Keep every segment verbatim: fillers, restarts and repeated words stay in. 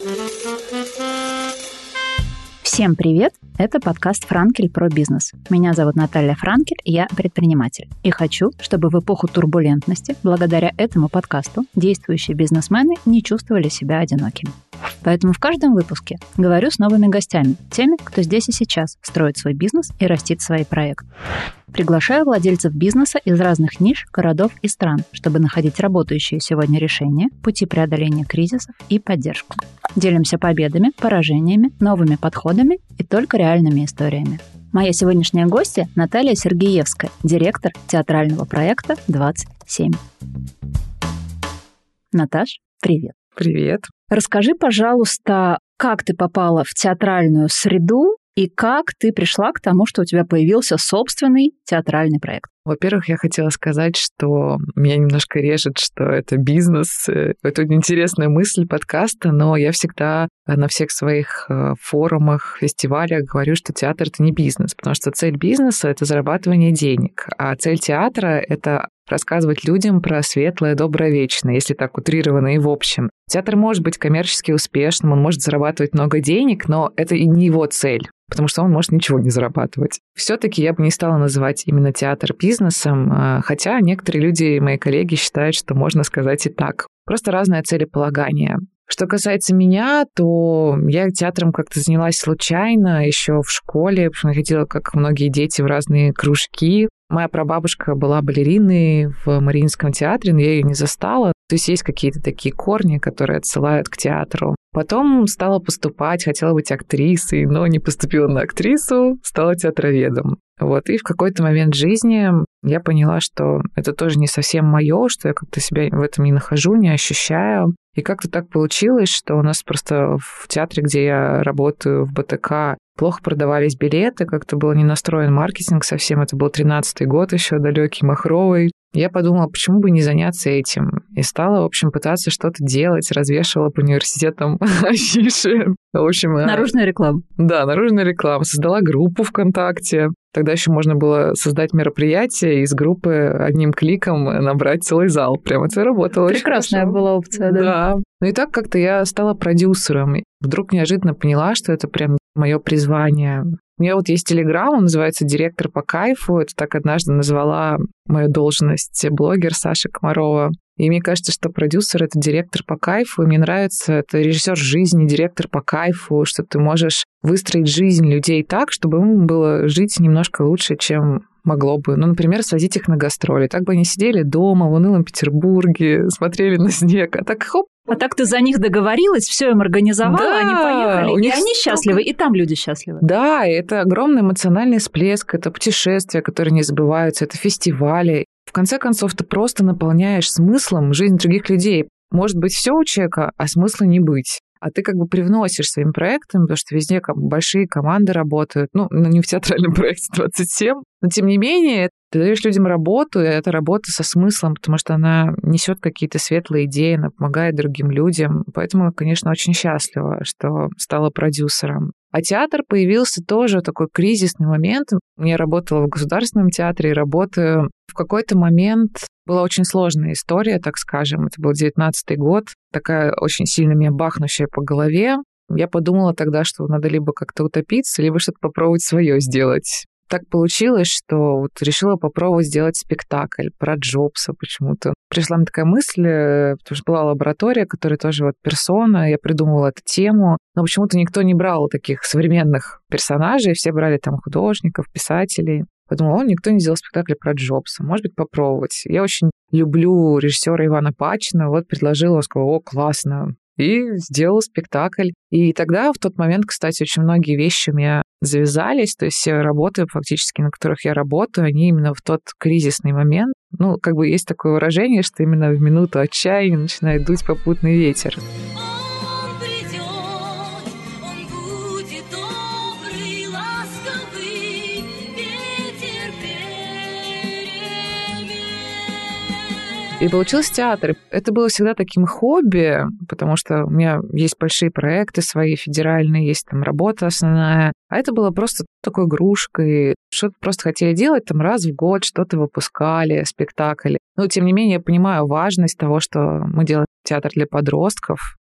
Всем привет! Это подкаст «Франкель про бизнес». Меня зовут Наталья Франкель, я предприниматель. И хочу, чтобы в эпоху турбулентности, благодаря этому подкасту, действующие бизнесмены не чувствовали себя одинокими. Поэтому в каждом выпуске говорю с новыми гостями, теми, кто здесь и сейчас строит свой бизнес и растит свои проекты. Приглашаю владельцев бизнеса из разных ниш, городов и стран, чтобы находить работающие сегодня решения, пути преодоления кризисов и поддержку. Делимся победами, поражениями, новыми подходами и только реальными историями. Моя сегодняшняя гостья Наталья Сергеевская, директор театрального проекта двадцать семь. Наташ, привет. Привет. Расскажи, пожалуйста, как ты попала в театральную среду и как ты пришла к тому, что у тебя появился собственный театральный проект? Во-первых, я хотела сказать, что меня немножко режет, что это бизнес. Это интересная мысль подкаста, но я всегда на всех своих форумах, фестивалях говорю, что театр — это не бизнес, потому что цель бизнеса — это зарабатывание денег, а цель театра — это рассказывать людям про светлое, доброе, вечное, если так утрированно и в общем. Театр может быть коммерчески успешным, он может зарабатывать много денег, но это и не его цель, потому что он может ничего не зарабатывать. Все-таки я бы не стала называть именно театр бизнесом, хотя некоторые люди, мои коллеги, считают, что можно сказать и так. Просто разное целеполагание. Что касается меня, то я театром как-то занялась случайно еще в школе, потому что я ходила, как многие дети, в разные кружки. Моя прабабушка была балериной в Мариинском театре, но я ее не застала. То есть есть какие-то такие корни, которые отсылают к театру. Потом стала поступать, хотела быть актрисой, но не поступила на актрису, стала театроведом. Вот. И в какой-то момент жизни я поняла, что это тоже не совсем мое, что я как-то себя в этом не нахожу, не ощущаю. И как-то так получилось, что у нас просто в театре, где я работаю, в БТК, плохо продавались билеты, как-то был не настроен маркетинг совсем. Это был тринадцатый год еще, далекий, махровый. Я подумала, почему бы не заняться этим? И стала, в общем, пытаться что-то делать, развешивала по университетам афиши. В общем, наружная реклама. Да, наружная реклама. Создала группу ВКонтакте. Тогда еще можно было создать мероприятие и из группы одним кликом набрать целый зал. Прям это работало. Прекрасная была опция, да. Да. Ну и так как-то я стала продюсером. И вдруг неожиданно поняла, что это прям мое призвание. У меня вот есть телеграм, он называется «Директор по кайфу». Это так однажды назвала мою должность блогер Саша Комарова. И мне кажется, что продюсер — это директор по кайфу. И мне нравится, это режиссер жизни, директор по кайфу, что ты можешь выстроить жизнь людей так, чтобы им было жить немножко лучше, чем могло бы. Ну, например, свозить их на гастроли. Так бы они сидели дома в унылом Петербурге, смотрели на снег, а так хоп. А так ты за них договорилась, все им организовала, да, они поехали, и они столько... счастливы, и там люди счастливы. Да, это огромный эмоциональный всплеск, это путешествия, которые не забываются, это фестивали. В конце концов, ты просто наполняешь смыслом жизнь других людей. Может быть, все у человека, а смысла не быть. А ты как бы привносишь своим проектом, потому что везде большие команды работают. Ну, не в театральном проекте двадцать семь, но тем не менее, ты даешь людям работу, и это работа со смыслом, потому что она несет какие-то светлые идеи, она помогает другим людям. Поэтому, конечно, очень счастлива, что стала продюсером. А театр появился тоже в такой кризисный момент. Я работала в Государственном театре и работаю. В какой-то момент была очень сложная история, так скажем. Это был девятнадцатый год, такая очень сильно меня бахнущая по голове. Я подумала тогда, что надо либо как-то утопиться, либо что-то попробовать свое сделать. Так получилось, что вот решила попробовать сделать спектакль про Джобса почему-то. Пришла мне такая мысль, потому что была лаборатория, которая тоже вот персона, я придумывала эту тему, но почему-то никто не брал таких современных персонажей, все брали там художников, писателей. Подумала, о, никто не сделал спектакль про Джобса, может быть, попробовать. Я очень люблю режиссера Ивана Пачина, вот предложила, он сказал, о, классно. И сделала спектакль. И тогда, в тот момент, кстати, очень многие вещи у меня завязались, то есть все работы, фактически, на которых я работаю, они именно в тот кризисный момент. Ну, как бы есть такое выражение, что именно в минуту отчаяния начинает дуть попутный ветер. И получился театр. Это было всегда таким хобби, потому что у меня есть большие проекты свои, федеральные, есть там работа основная. А это было просто такой игрушкой. Что-то просто хотели делать там раз в год, что-то выпускали, спектакль. Но, тем не менее, я понимаю важность того, что мы делаем театр для подростков.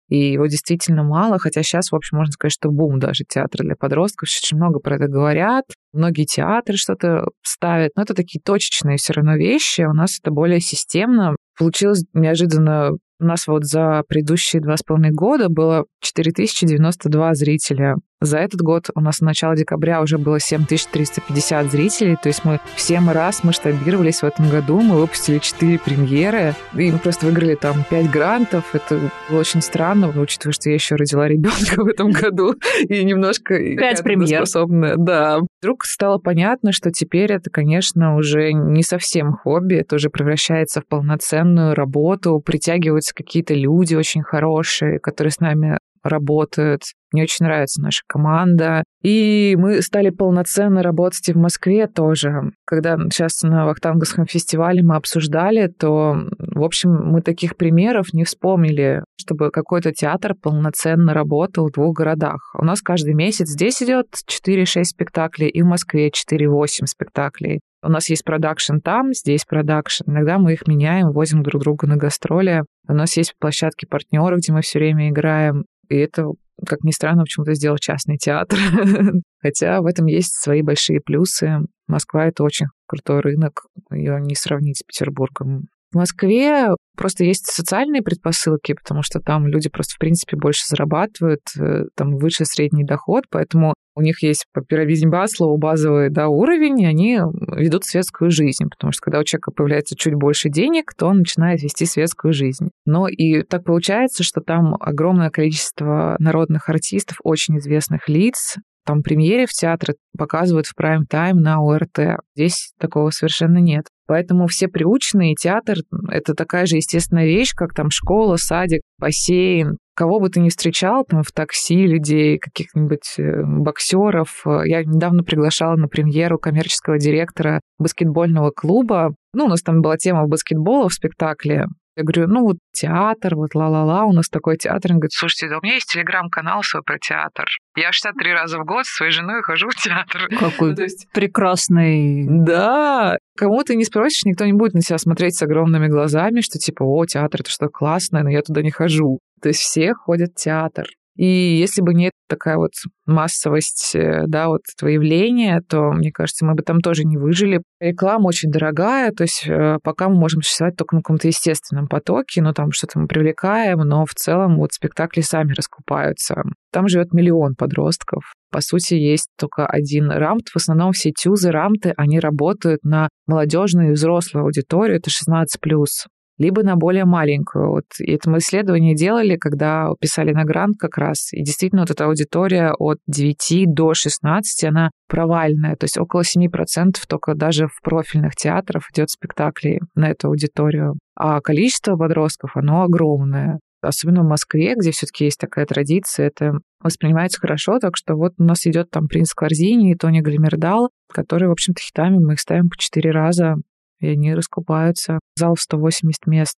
И его действительно мало, хотя сейчас, в общем, можно сказать, что бум даже театра для подростков. Очень много про это говорят. Многие театры что-то ставят, но это такие точечные все равно вещи. У нас это более системно. Получилось неожиданно. У нас вот за предыдущие два с половиной года было четыре тысячи девяносто два зрителя. За этот год у нас на начало декабря уже было семь тысяч триста пятьдесят зрителей. То есть мы в семь раз масштабировались в этом году. Мы выпустили четыре премьеры. И мы просто выиграли там пять грантов. Это было очень странно, учитывая, что я еще родила ребенка в этом году. И немножко... Пять премьер. Способная. Да. Вдруг стало понятно, что теперь это, конечно, уже не совсем хобби. Это уже превращается в полноценную работу. Притягиваются какие-то люди очень хорошие, которые с нами работают. Мне очень нравится наша команда. И мы стали полноценно работать и в Москве тоже. Когда сейчас на Вахтанговском фестивале мы обсуждали, то, в общем, мы таких примеров не вспомнили, чтобы какой-то театр полноценно работал в двух городах. У нас каждый месяц здесь идет четыре-шесть спектаклей, и в Москве четыре-восемь спектаклей. У нас есть продакшн там, здесь продакшн. Иногда мы их меняем, возим друг друга на гастроли. У нас есть площадки партнеров, где мы все время играем. И это, как ни странно, почему-то сделал частный театр. Хотя в этом есть свои большие плюсы. Москва — это очень крутой рынок. Ее не сравнить с Петербургом. В Москве просто есть социальные предпосылки, потому что там люди просто, в принципе, больше зарабатывают, там выше средний доход, поэтому у них есть по пирамиде Маслоу базовый, да, уровень, и они ведут светскую жизнь, потому что когда у человека появляется чуть больше денег, то он начинает вести светскую жизнь. Но и так получается, что там огромное количество народных артистов, очень известных лиц. Там премьеры в театре показывают в прайм-тайм на о эр тэ. Здесь такого совершенно нет. Поэтому все приученные, театр — это такая же естественная вещь, как там школа, садик, бассейн. Кого бы ты ни встречал там в такси людей, каких-нибудь боксеров. Я недавно приглашала на премьеру коммерческого директора баскетбольного клуба. Ну, у нас там была тема баскетбола в спектакле. Я говорю, ну вот театр, вот ла-ла-ла, у нас такой театр. Он говорит, слушайте, да у меня есть телеграм-канал свой про театр. Я шестьдесят три раза в год со своей женой хожу в театр. Какой ну, то есть... прекрасный... Да, кому ты не спросишь, никто не будет на тебя смотреть с огромными глазами, что типа, о, театр, это что классное, но я туда не хожу. То есть все ходят в театр. И если бы не такая вот массовость, да, вот этого явления, то, мне кажется, мы бы там тоже не выжили. Реклама очень дорогая, то есть пока мы можем существовать только на каком-то естественном потоке, но там что-то мы привлекаем, но в целом вот спектакли сами раскупаются. Там живет миллион подростков. По сути, есть только один рамт. В основном все тюзы, рамты, они работают на молодежную и взрослую аудиторию, это шестнадцать плюс. Либо на более маленькую. Вот. И это мы исследование делали, когда писали на грант как раз. И действительно, вот эта аудитория от девяти до шестнадцати, она провальная. То есть около семь процентов только даже в профильных театрах идет спектакли на эту аудиторию. А количество подростков, оно огромное. Особенно в Москве, где все-таки есть такая традиция, это воспринимается хорошо. Так что вот у нас идет там «Принц в корзине» и «Тони Глимердал», которые, в общем-то, хитами. Мы их ставим по четыре раза. И они раскупаются. Зал в сто восемьдесят мест.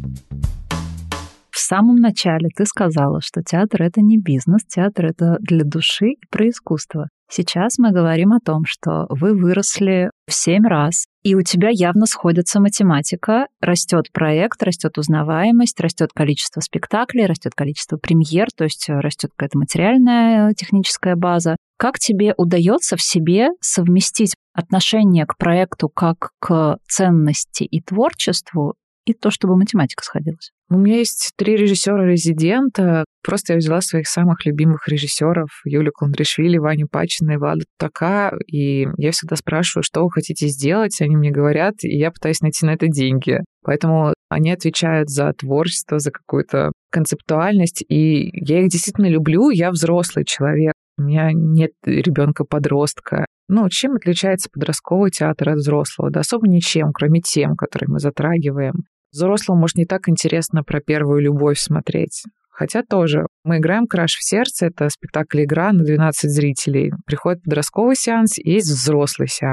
В самом начале ты сказала, что театр — это не бизнес, театр — это для души и про искусство. Сейчас мы говорим о том, что вы выросли в семь раз, и у тебя явно сходится математика. Растет проект, растет узнаваемость, растет количество спектаклей, растет количество премьер, то есть растет какая-то материальная техническая база. Как тебе удается в себе совместить отношение к проекту как к ценности и творчеству, и то, чтобы математика сходилась? У меня есть три режиссера-резидента. Просто я взяла своих самых любимых режиссеров: Юлию Кундришвили, Ваню Пачина и Влада Тутака. И я всегда спрашиваю, что вы хотите сделать. Они мне говорят, и я пытаюсь найти на это деньги. Поэтому они отвечают за творчество, за какую-то концептуальность. И я их действительно люблю. Я взрослый человек. У меня нет ребенка-подростка. Ну, чем отличается подростковый театр от взрослого? Да особо ничем, кроме тем, которые мы затрагиваем. Взрослому, может, не так интересно про первую любовь смотреть. Хотя тоже. Мы играем «Краш в сердце». Это спектакль «Игра» на двенадцать зрителей. Приходит подростковый сеанс и есть взрослый сеанс.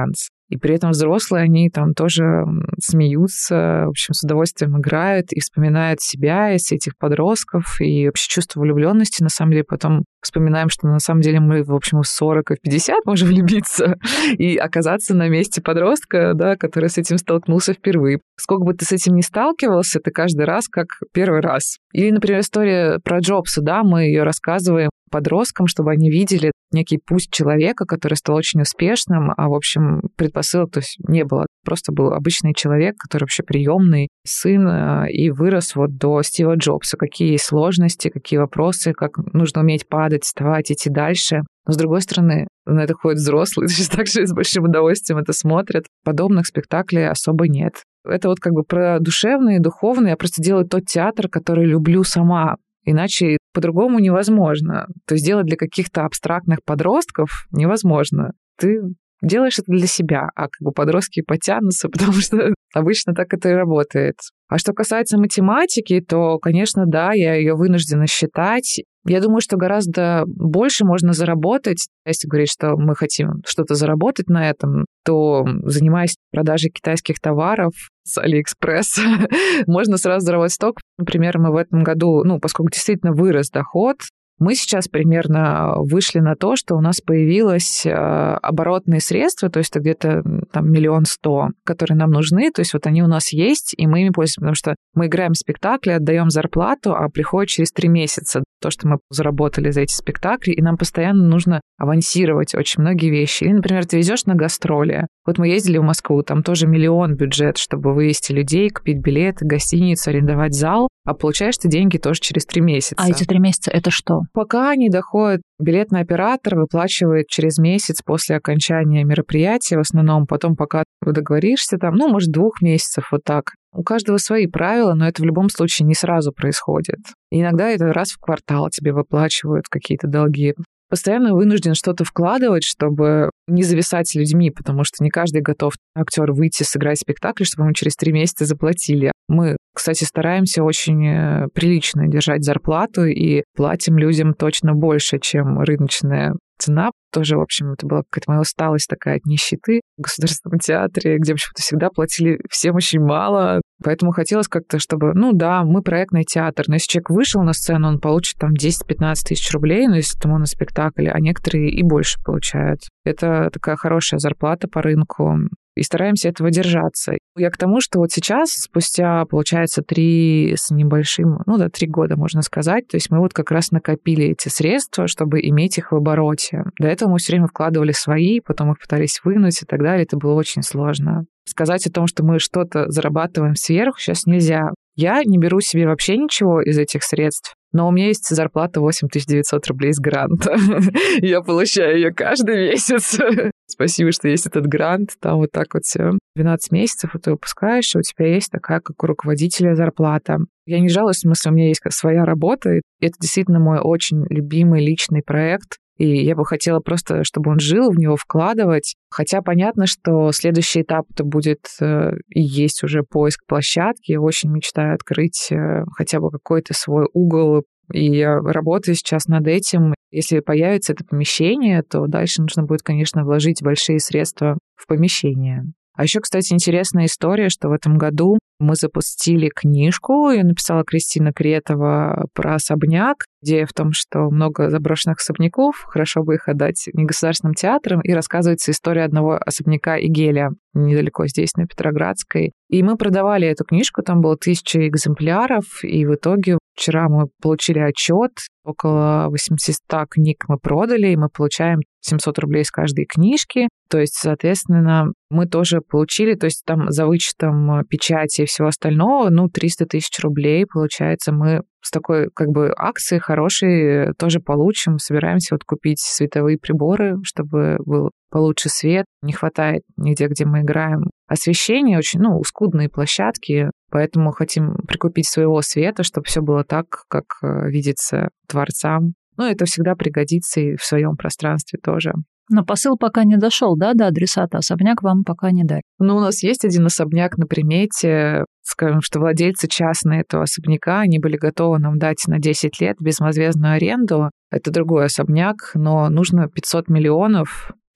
И при этом взрослые, они там тоже смеются, в общем, с удовольствием играют и вспоминают себя из этих подростков, и вообще чувство влюбленности, на самом деле, потом вспоминаем, что на самом деле мы, в общем, в сорок и в пятьдесят можем влюбиться и оказаться на месте подростка, да, который с этим столкнулся впервые. Сколько бы ты с этим ни сталкивался, ты каждый раз как первый раз. Или, например, история про Джобса, да, мы ее рассказываем подросткам, чтобы они видели некий путь человека, который стал очень успешным, а, в общем, предпосылок то есть не было. Просто был обычный человек, который вообще приемный сын и вырос вот до Стива Джобса. Какие есть сложности, какие вопросы, как нужно уметь падать, вставать, идти дальше. Но, с другой стороны, на это ходят взрослые, точно так же с большим удовольствием это смотрят. Подобных спектаклей особо нет. Это вот как бы про душевное и духовное. Я просто делаю тот театр, который люблю сама. Иначе по-другому невозможно. То есть делать для каких-то абстрактных подростков невозможно. Ты делаешь это для себя, а как бы подростки потянутся, потому что обычно так это и работает. А что касается математики, то, конечно, да, я ее вынуждена считать. Я думаю, что гораздо больше можно заработать. Если говорить, что мы хотим что-то заработать на этом, то, занимаясь продажей китайских товаров с Алиэкспресс, можно сразу заработать столько. Например, мы в этом году, ну, поскольку действительно вырос доход, мы сейчас примерно вышли на то, что у нас появилось оборотные средства, то есть это где-то там миллион сто, которые нам нужны, то есть вот они у нас есть, и мы ими пользуемся, потому что мы играем в спектакли, отдаем зарплату, а приходит через три месяца то, что мы заработали за эти спектакли, и нам постоянно нужно авансировать очень многие вещи. Или, например, ты везешь на гастроли. Вот мы ездили в Москву, там тоже миллион бюджет, чтобы вывести людей, купить билеты, гостиницу, арендовать зал, а получаешь ты деньги тоже через три месяца. А эти три месяца это что? Пока они доходят, билетный оператор выплачивает через месяц после окончания мероприятия в основном, потом пока вы договоришься там, ну, может, двух месяцев вот так. У каждого свои правила, но это в любом случае не сразу происходит. И иногда это раз в квартал тебе выплачивают какие-то долги. Постоянно вынужден что-то вкладывать, чтобы не зависать с людьми, потому что не каждый готов, актер, выйти, сыграть спектакль, чтобы ему через три месяца заплатили. Мы, кстати, стараемся очень прилично держать зарплату и платим людям точно больше, чем рыночная цена. Тоже, в общем, это была какая-то моя усталость такая от нищеты в Государственном театре, где почему-то всегда платили всем очень мало. Поэтому хотелось как-то, чтобы, ну да, мы проектный театр, но если человек вышел на сцену, он получит там десять-пятнадцать тысяч рублей, ну, если это моноспектакль, а некоторые и больше получают. Это такая хорошая зарплата по рынку. И стараемся этого держаться. Я к тому, что вот сейчас, спустя, получается, три с небольшим, ну да, три года, можно сказать, то есть мы вот как раз накопили эти средства, чтобы иметь их в обороте. До этого мы все время вкладывали свои, потом их пытались вынуть и так далее. Это было очень сложно. Сказать о том, что мы что-то зарабатываем сверху, сейчас нельзя. Я не беру себе вообще ничего из этих средств, но у меня есть зарплата восемь тысяч девятьсот рублей с гранта. Я получаю ее каждый месяц. Спасибо, что есть этот грант. Там вот так вот все. двенадцать месяцев ты выпускаешь, и у тебя есть такая, как у руководителя, зарплата. Я не жалуюсь, в смысле, у меня есть своя работа. И это действительно мой очень любимый личный проект. И я бы хотела просто, чтобы он жил, в него вкладывать. Хотя понятно, что следующий этап это будет э, и есть уже поиск площадки. Я очень мечтаю открыть э, хотя бы какой-то свой угол. И я работаю сейчас над этим. Если появится это помещение, то дальше нужно будет, конечно, вложить большие средства в помещение. А еще, кстати, интересная история, что в этом году мы запустили книжку, ее написала Кристина Кретова, про особняк. Идея в том, что много заброшенных особняков, хорошо бы их отдать негосударственным театрам, и рассказывается история одного особняка Игеля, недалеко здесь, на Петроградской. И мы продавали эту книжку, там было тысяча экземпляров, и в итоге вчера мы получили отчет, около восемьсот книг мы продали, и мы получаем семьсот рублей с каждой книжки. То есть, соответственно, мы тоже получили, то есть там за вычетом печати и всего остального, ну, триста тысяч рублей, получается, мы с такой как бы акцией хорошей тоже получим. Собираемся вот купить световые приборы, чтобы был получше свет. Не хватает нигде, где мы играем. Освещение очень, ну, скудные площадки, поэтому хотим прикупить своего света, чтобы все было так, как видится творцам. Ну, это всегда пригодится и в своем пространстве тоже. Но посыл пока не дошел, да, до адресата. Особняк вам пока не дали. Ну, у нас есть один особняк на примете. Скажем, что владельцы частные этого особняка, они были готовы нам дать на десять лет безвозмездную аренду. Это другой особняк, но нужно пятьсот миллионов,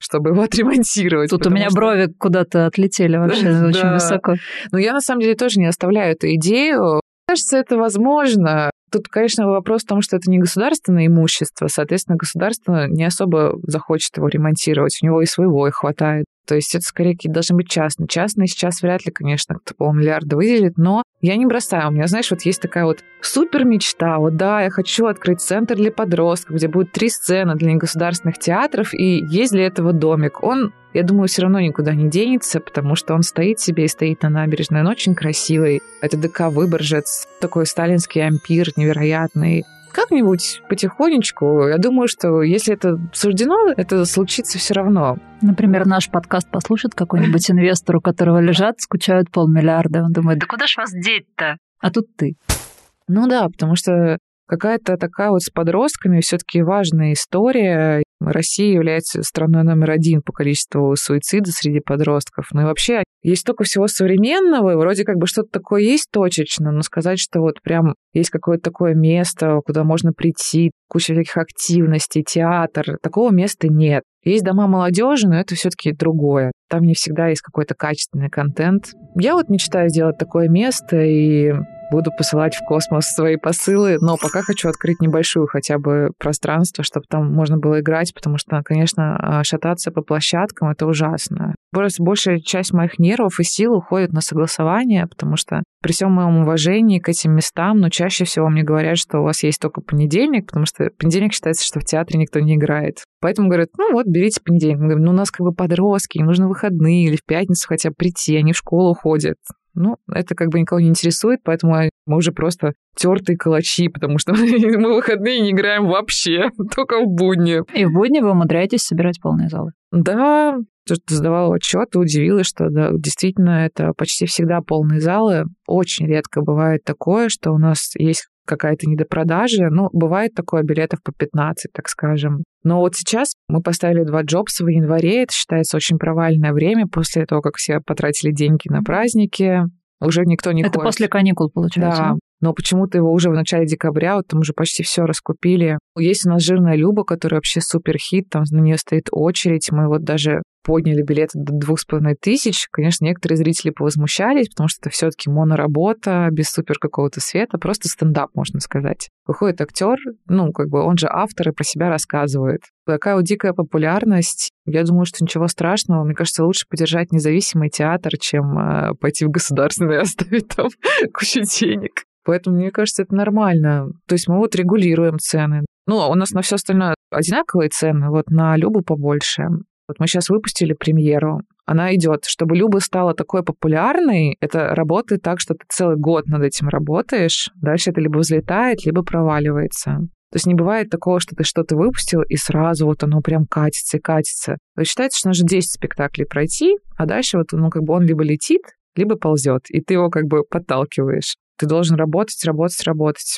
чтобы его отремонтировать. Тут у меня что... брови куда-то отлетели вообще очень высоко. Но я на самом деле тоже не оставляю эту идею. Кажется, это возможно. Тут, конечно, вопрос в том, что это не государственное имущество, соответственно, государство не особо захочет его ремонтировать, у него и своего и хватает. То есть это скорее какие-то должны быть частные. Частные сейчас вряд ли, конечно, кто полмиллиарда выделит, но я не бросаю. У меня, знаешь, вот есть такая вот супер мечта. Вот да, я хочу открыть центр для подростков, где будет три сцены для негосударственных театров, и есть для этого домик. Он, я думаю, все равно никуда не денется, потому что он стоит себе и стоит на набережной. Он очень красивый. Это ДК Выборжец, такой сталинский ампир невероятный. Как-нибудь потихонечку, я думаю, что если это суждено, это случится все равно. Например, наш подкаст послушает какой-нибудь инвестор, у которого лежат, скучают полмиллиарда. Он думает, да куда ж вас деть-то? А тут ты. Ну да, потому что какая-то такая вот с подростками все-таки важная история. Россия является страной номер один по количеству суицидов среди подростков. Ну и вообще есть столько всего современного, и вроде как бы что-то такое есть точечно, но сказать, что вот прям есть какое-то такое место, куда можно прийти, куча всяких активностей, театр, такого места нет. Есть дома молодежи, но это все-таки другое. Там не всегда есть какой-то качественный контент. Я вот мечтаю сделать такое место и буду посылать в космос свои посылы, но пока хочу открыть небольшую хотя бы пространство, чтобы там можно было играть, потому что, конечно, шататься по площадкам — это ужасно. Просто большая часть моих нервов и сил уходит на согласование, потому что при всем моем уважении к этим местам, но чаще всего мне говорят, что у вас есть только понедельник, потому что понедельник считается, что в театре никто не играет. Поэтому говорят, ну вот, берите понедельник. Мы говорим, ну у нас как бы подростки, им нужно выходные или в пятницу хотя бы прийти, они в школу ходят. Ну, это как бы никого не интересует, поэтому мы уже просто тертые калачи, потому что мы в выходные не играем вообще, только в будни. И в будни вы умудряетесь собирать полные залы? Да, то, что сдавала отчет, и удивилась, что да, действительно это почти всегда полные залы. Очень редко бывает такое, что у нас есть какая-то недопродажа. Ну, бывает такое, билетов по пятнадцать, так скажем. Но вот сейчас мы поставили два Джобса в январе. Это считается очень провальное время после того, как все потратили деньги на праздники. Уже никто не это ходит. Это после каникул, получается? Да. Но почему-то его уже в начале декабря, вот там уже почти все раскупили. Есть у нас «Жирная Люба», которая вообще супер хит, там на нее стоит очередь. Мы вот даже подняли билеты до двух с половиной тысяч. Конечно, некоторые зрители повозмущались, потому что это все-таки моноработа, без супер какого-то света, просто стендап, можно сказать. Выходит актер, ну, как бы он же автор и про себя рассказывает. Такая вот дикая популярность. Я думаю, что ничего страшного. Мне кажется, лучше поддержать независимый театр, чем э, пойти в государственный и оставить там кучу денег. Поэтому, мне кажется, это нормально. То есть мы вот регулируем цены. Ну, у нас на все остальное одинаковые цены, вот на Любу побольше. Вот мы сейчас выпустили премьеру. Она идет. Чтобы Люба стала такой популярной, это работает так, что ты целый год над этим работаешь. Дальше это либо взлетает, либо проваливается. То есть не бывает такого, что ты что-то выпустил, и сразу вот оно прям катится и катится. То есть считается, что нужно десять спектаклей пройти, а дальше вот ну, как бы он либо летит, либо ползет, и ты его как бы подталкиваешь. Ты должен работать, работать, работать.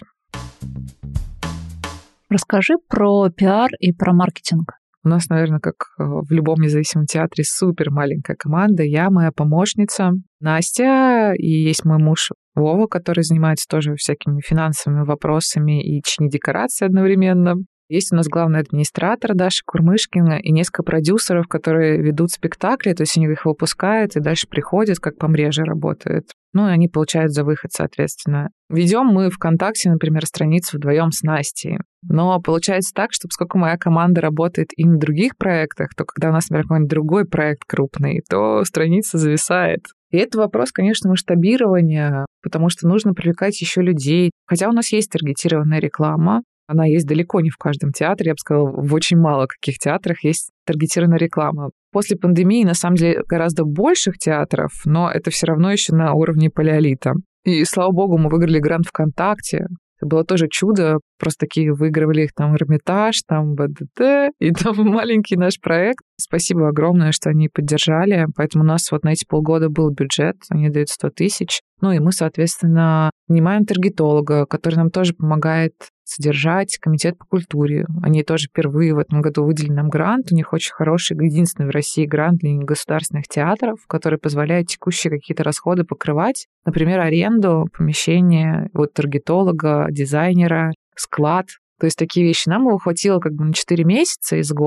Расскажи про пиар и про маркетинг. У нас, наверное, как в любом независимом театре, супер маленькая команда. Я, моя помощница Настя, и есть мой муж Вова, который занимается тоже всякими финансовыми вопросами и чинит декорации одновременно. Есть у нас главный администратор Даша Курмышкина и несколько продюсеров, которые ведут спектакли, то есть они их выпускают и дальше приходят, как по мреже работают. Ну, и они получают за выход, соответственно. Ведем мы ВКонтакте, например, страницу вдвоем с Настей. Но получается так, что поскольку моя команда работает и на других проектах, то когда у нас, например, какой-нибудь другой проект крупный, то страница зависает. И это вопрос, конечно, масштабирования, потому что нужно привлекать еще людей. Хотя у нас есть таргетированная реклама, она есть далеко не в каждом театре, я бы сказала, в очень мало каких театрах есть таргетированная реклама. После пандемии, на самом деле, гораздо больших театров, но это все равно еще на уровне палеолита. И, слава богу, мы выиграли грант ВКонтакте. Это было тоже чудо. Просто такие выигрывали их там Эрмитаж, там БДТ, и там маленький наш проект. Спасибо огромное, что они поддержали. Поэтому у нас вот на эти полгода был бюджет, они дают сто тысяч. Ну и мы, соответственно, нанимаем таргетолога, который нам тоже помогает содержать комитет по культуре. Они тоже впервые в этом году выделили нам грант. У них очень хороший, единственный в России грант для государственных театров, который позволяет текущие какие-то расходы покрывать. Например, аренду помещения, вот таргетолога, дизайнера, склад. То есть такие вещи. Нам его хватило как бы на четыре месяца из года.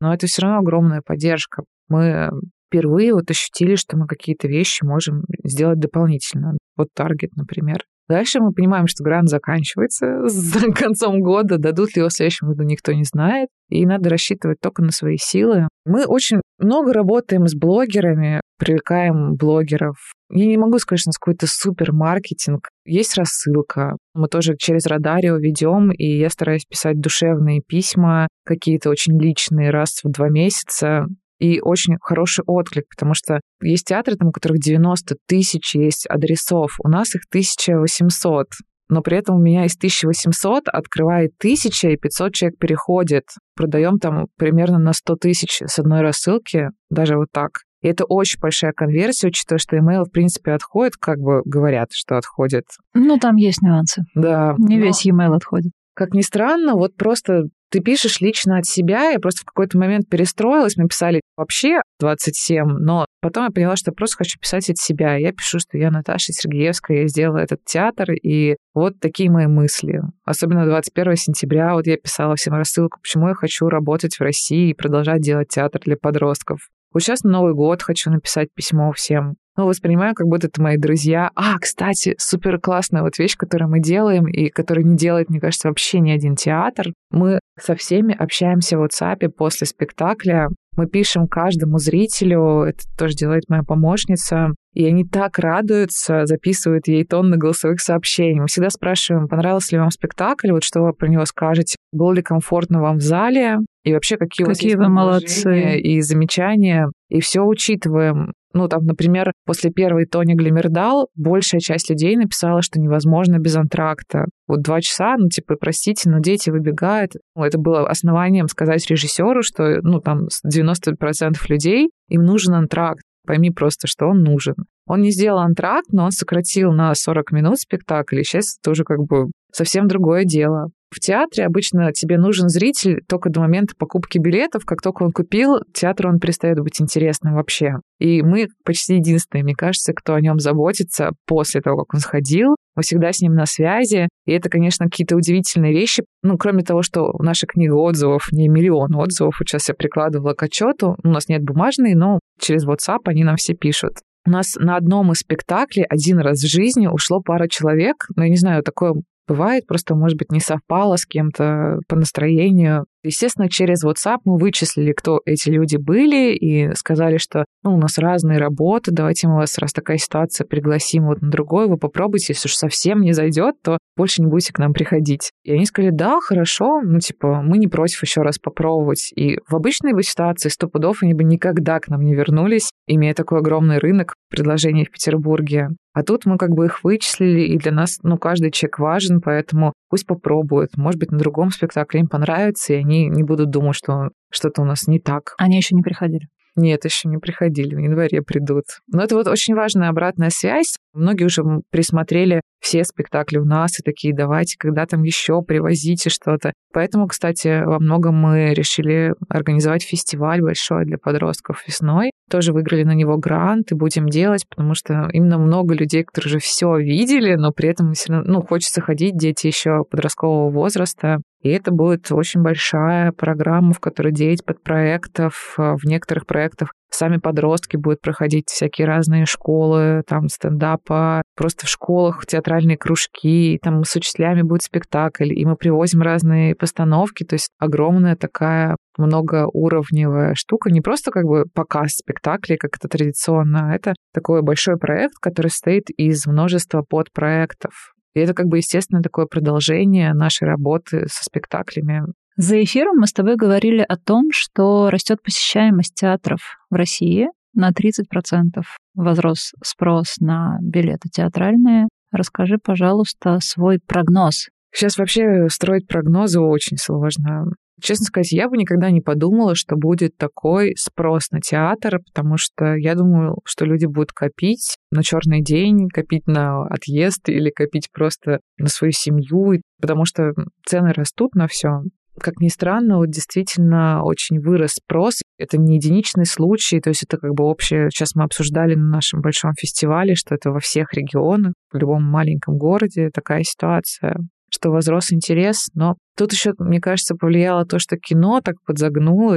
но это все равно огромная поддержка. Мы впервые вот ощутили, что мы какие-то вещи можем сделать дополнительно. Вот таргет, например. Дальше мы понимаем, что грант заканчивается с концом года, дадут ли его в следующем году, никто не знает, и надо рассчитывать только на свои силы. Мы очень много работаем с блогерами, привлекаем блогеров. Я не могу сказать, что у нас какой-то супермаркетинг. Есть рассылка. Мы тоже через Радарио ведем, и я стараюсь писать душевные письма, какие-то очень личные, раз в два месяца. И очень хороший отклик, потому что есть театры, там, у которых девяносто тысяч есть адресов, у нас их тысяча восемьсот. Но при этом у меня из тысячи восьмисот открывает тысяча, и пятьсот человек переходит. Продаем там примерно на сто тысяч с одной рассылки, даже вот так. И это очень большая конверсия, учитывая, что email, в принципе, отходит, как бы говорят, что отходит. Ну, там есть нюансы. Да. Не но... весь email отходит. Как ни странно, вот просто ты пишешь лично от себя. Я просто в какой-то момент перестроилась. Мы писали вообще двадцать семь, но потом я поняла, что я просто хочу писать от себя. Я пишу, что я Наташа Сергеевская, я сделала этот театр, и вот такие мои мысли. Особенно двадцать первого сентября вот я писала всем рассылку, почему я хочу работать в России и продолжать делать театр для подростков. Вот сейчас на Новый год хочу написать письмо всем. Ну, воспринимаю, как будто это мои друзья. А, кстати, супер классная вот вещь, которую мы делаем, и которую не делает, мне кажется, вообще ни один театр. Мы со всеми общаемся в WhatsApp после спектакля. Мы пишем каждому зрителю, это тоже делает моя помощница, и они так радуются, записывают ей тонны голосовых сообщений. Мы всегда спрашиваем, понравился ли вам спектакль, вот что вы про него скажете, было ли комфортно вам в зале, и вообще какие, какие у вас есть вы молодцы и замечания, и все учитываем. Ну, там, например, после первой Тони Глимердал большая часть людей написала, что невозможно без антракта. Вот два часа, ну, типа, простите, но дети выбегают. Ну, это было основанием сказать режиссеру, что, ну, там, девяносто процентов людей, им нужен антракт. Пойми просто, что он нужен. Он не сделал антракт, но он сократил на сорок минут спектакль, и сейчас это уже как бы совсем другое дело. В театре обычно тебе нужен зритель только до момента покупки билетов. Как только он купил, театру он перестает быть интересным вообще. И мы почти единственные, мне кажется, кто о нем заботится после того, как он сходил. Мы всегда с ним на связи. И это, конечно, какие-то удивительные вещи. Ну, кроме того, что наша книга отзывов, не миллион отзывов, вот сейчас я прикладывала к отчету. У нас нет бумажной, но через WhatsApp они нам все пишут. У нас на одном из спектаклей один раз в жизни ушло пара человек. Ну, я не знаю, такое бывает, просто, может быть, не совпало с кем-то по настроению. Естественно, через WhatsApp мы вычислили, кто эти люди были, и сказали, что ну, у нас разные работы, давайте мы вас, раз такая ситуация, пригласим вот на другой, вы попробуйте, если уж совсем не зайдет, то больше не будете к нам приходить. И они сказали, да, хорошо, ну, типа, мы не против еще раз попробовать. И в обычной бы ситуации сто пудов они бы никогда к нам не вернулись, имея такой огромный рынок предложений в Петербурге. А тут мы как бы их вычислили, и для нас, ну, каждый человек важен, поэтому пусть попробуют. Может быть, на другом спектакле им понравится, и они не будут думать, что что-то у нас не так. Они еще не приходили? Нет, еще не приходили, в январе придут. Но это вот очень важная обратная связь. Многие уже присмотрели все спектакли у нас и такие, давайте, когда там еще привозите что-то. Поэтому, кстати, во многом мы решили организовать фестиваль большой для подростков весной. Тоже выиграли на него грант и будем делать, потому что именно много людей, которые уже все видели, но при этом все равно, ну, хочется ходить, дети еще подросткового возраста. И это будет очень большая программа, в которой девять подпроектов. В некоторых проектах сами подростки будут проходить всякие разные школы, там стендапа, просто в школах театральные кружки, и там с учителями будет спектакль, и мы привозим разные постановки, то есть огромная такая многоуровневая штука, не просто как бы показ спектаклей, как это традиционно, а это такой большой проект, который состоит из множества подпроектов. И это как бы, естественно, такое продолжение нашей работы со спектаклями. За эфиром мы с тобой говорили о том, что растет посещаемость театров в России на тридцать процентов. Возрос спрос на билеты театральные. Расскажи, пожалуйста, свой прогноз. Сейчас вообще строить прогнозы очень сложно. Честно сказать, я бы никогда не подумала, что будет такой спрос на театр, потому что я думаю, что люди будут копить на черный день, копить на отъезд или копить просто на свою семью, потому что цены растут на все. Как ни странно, вот действительно очень вырос спрос. Это не единичный случай, то есть это как бы общее. Сейчас мы обсуждали на нашем большом фестивале, что это во всех регионах, в любом маленьком городе такая ситуация, что возрос интерес. Но тут еще, мне кажется, повлияло то, что кино так подзагнулось.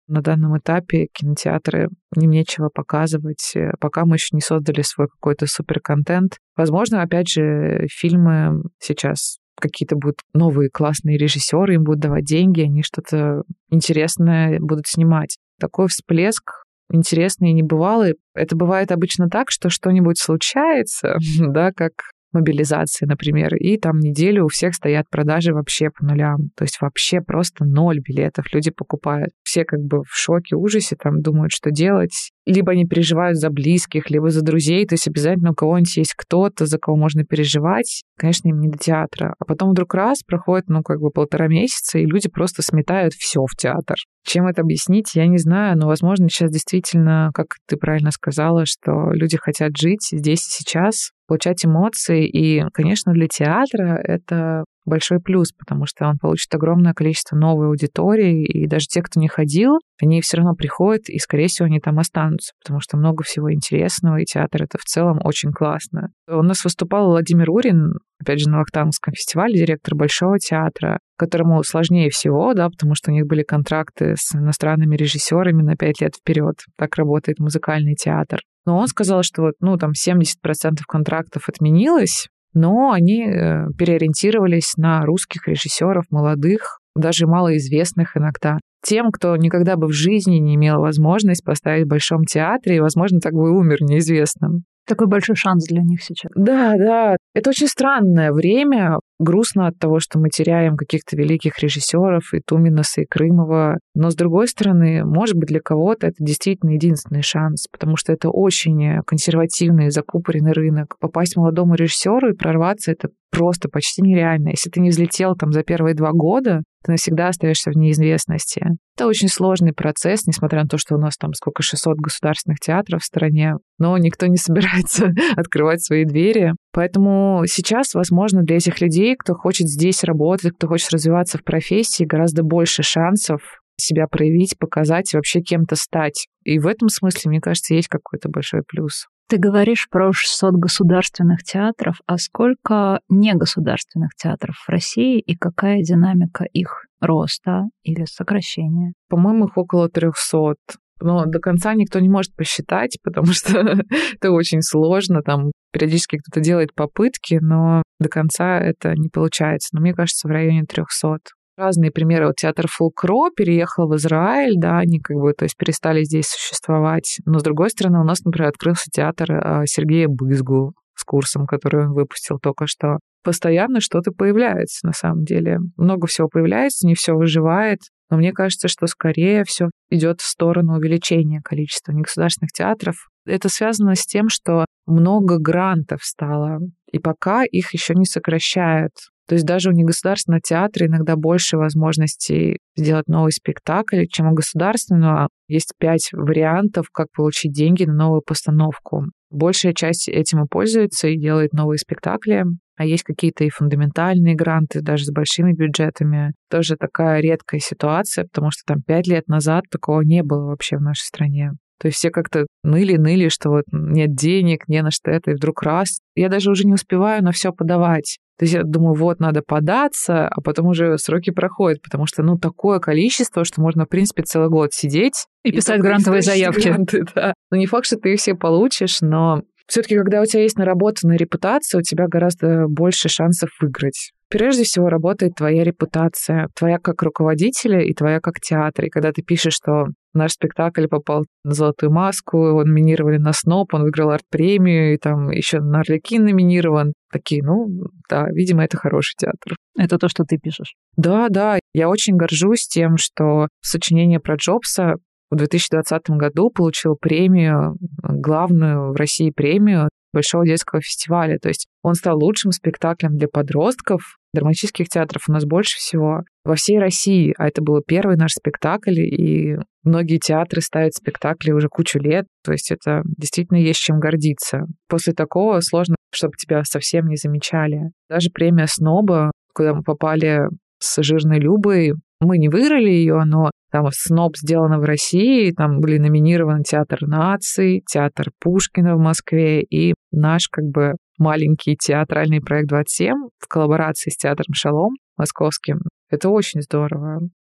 На данном этапе кинотеатры, им нечего показывать, пока мы еще не создали свой какой-то суперконтент. Возможно, опять же, фильмы сейчас какие-то будут новые классные режиссеры, им будут давать деньги, они что-то интересное будут снимать. Такой всплеск интересный и небывалый. Это бывает обычно так, что что-нибудь случается, да, как мобилизация, например, и там неделю у всех стоят продажи вообще по нулям. То есть вообще просто ноль билетов люди покупают. Все как бы в шоке, ужасе, там думают, что делать. Либо они переживают за близких, либо за друзей. То есть обязательно у кого-нибудь есть кто-то, за кого можно переживать. Конечно, им не до театра. А потом вдруг раз проходит, ну, как бы полтора месяца, и люди просто сметают все в театр. Чем это объяснить, я не знаю, но, возможно, сейчас действительно, как ты правильно сказала, что люди хотят жить здесь и сейчас, получать эмоции. И, конечно, для театра это большой плюс, потому что он получит огромное количество новой аудитории, и даже те, кто не ходил, они все равно приходят, и, скорее всего, они там останутся, потому что много всего интересного, и театр — это в целом очень классно. У нас выступал Владимир Урин, опять же, на Вахтанговском фестивале, директор Большого театра, которому сложнее всего, да, потому что у них были контракты с иностранными режиссерами на пять лет вперед. Так работает музыкальный театр. Но он сказал, что вот, ну, там семьдесят процентов контрактов отменилось, но они э, переориентировались на русских режиссеров, молодых, даже малоизвестных иногда. Тем, кто никогда бы в жизни не имел возможность поставить в Большом театре, и, возможно, так бы и умер неизвестным. Такой большой шанс для них сейчас. Да, да. Это очень странное время. Грустно от того, что мы теряем каких-то великих режиссеров, и Туминаса, и Крымова. Но, с другой стороны, может быть, для кого-то это действительно единственный шанс, потому что это очень консервативный, закупоренный рынок. Попасть молодому режиссеру и прорваться — это просто почти нереально. Если ты не взлетел там за первые два года, ты навсегда остаешься в неизвестности. Это очень сложный процесс, несмотря на то, что у нас там сколько, шестьсот государственных театров в стране, но никто не собирается открывать свои двери. Поэтому сейчас, возможно, для этих людей, кто хочет здесь работать, кто хочет развиваться в профессии, гораздо больше шансов себя проявить, показать и вообще кем-то стать. И в этом смысле, мне кажется, есть какой-то большой плюс. Ты говоришь про шестьсот государственных театров, а сколько негосударственных театров в России и какая динамика их роста или сокращения? По-моему, их около трехсот. Но до конца никто не может посчитать, потому что это очень сложно. Там периодически кто-то делает попытки, но до конца это не получается. Но мне кажется, в районе трехсот. Разные примеры. Вот театр Фулкро переехал в Израиль, да, они как бы, то есть перестали здесь существовать. Но, с другой стороны, у нас, например, открылся театр Сергея Бызгу с курсом, который он выпустил только что. Постоянно что-то появляется, на самом деле. Много всего появляется, не все выживает. Но мне кажется, что скорее все идет в сторону увеличения количества негосударственных театров. Это связано с тем, что много грантов стало, и пока их еще не сокращают. То есть даже у негосударственного театра иногда больше возможностей сделать новый спектакль, чем у государственного. Есть пять вариантов, как получить деньги на новую постановку. Большая часть этим и пользуется и делает новые спектакли. А есть какие-то и фундаментальные гранты, даже с большими бюджетами. Тоже такая редкая ситуация, потому что там пять лет назад такого не было вообще в нашей стране. То есть все как-то ныли-ныли, что вот нет денег, не на что это, и вдруг раз. Я даже уже не успеваю на все подавать. То есть я думаю, вот, надо податься, а потом уже сроки проходят, потому что, ну, такое количество, что можно, в принципе, целый год сидеть. И, и писать грантовые заявки. Гранты, да. Ну, не факт, что ты их все получишь, но все-таки, когда у тебя есть наработанная репутация, у тебя гораздо больше шансов выиграть. Прежде всего работает твоя репутация, твоя как руководителя и твоя как театра. И когда ты пишешь, что наш спектакль попал на «Золотую маску», его номинировали на СНОП, он выиграл арт-премию, и там еще на «Арлекин» номинирован. Такие, ну, да, видимо, это хороший театр. Это то, что ты пишешь? Да, да. Я очень горжусь тем, что сочинение про Джобса в две тысячи двадцатом году получил премию, главную в России премию Большого детского фестиваля. То есть он стал лучшим спектаклем для подростков. Драматических театров у нас больше всего во всей России. А это был первый наш спектакль, и многие театры ставят спектакли уже кучу лет. То есть это действительно есть чем гордиться. После такого сложно, чтобы тебя совсем не замечали. Даже премия СНОБа, куда мы попали с Жирной Любой, мы не выиграли ее, но там СНОБ сделано в России, там были номинированы Театр наций, Театр Пушкина в Москве и наш как бы маленький театральный проект двадцать семь в коллаборации с Театром Шалом московским. Это очень здорово.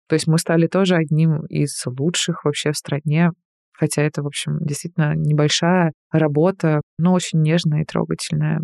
То есть мы стали тоже одним из лучших вообще в стране, хотя это, в общем, действительно небольшая работа, но очень нежная и трогательная.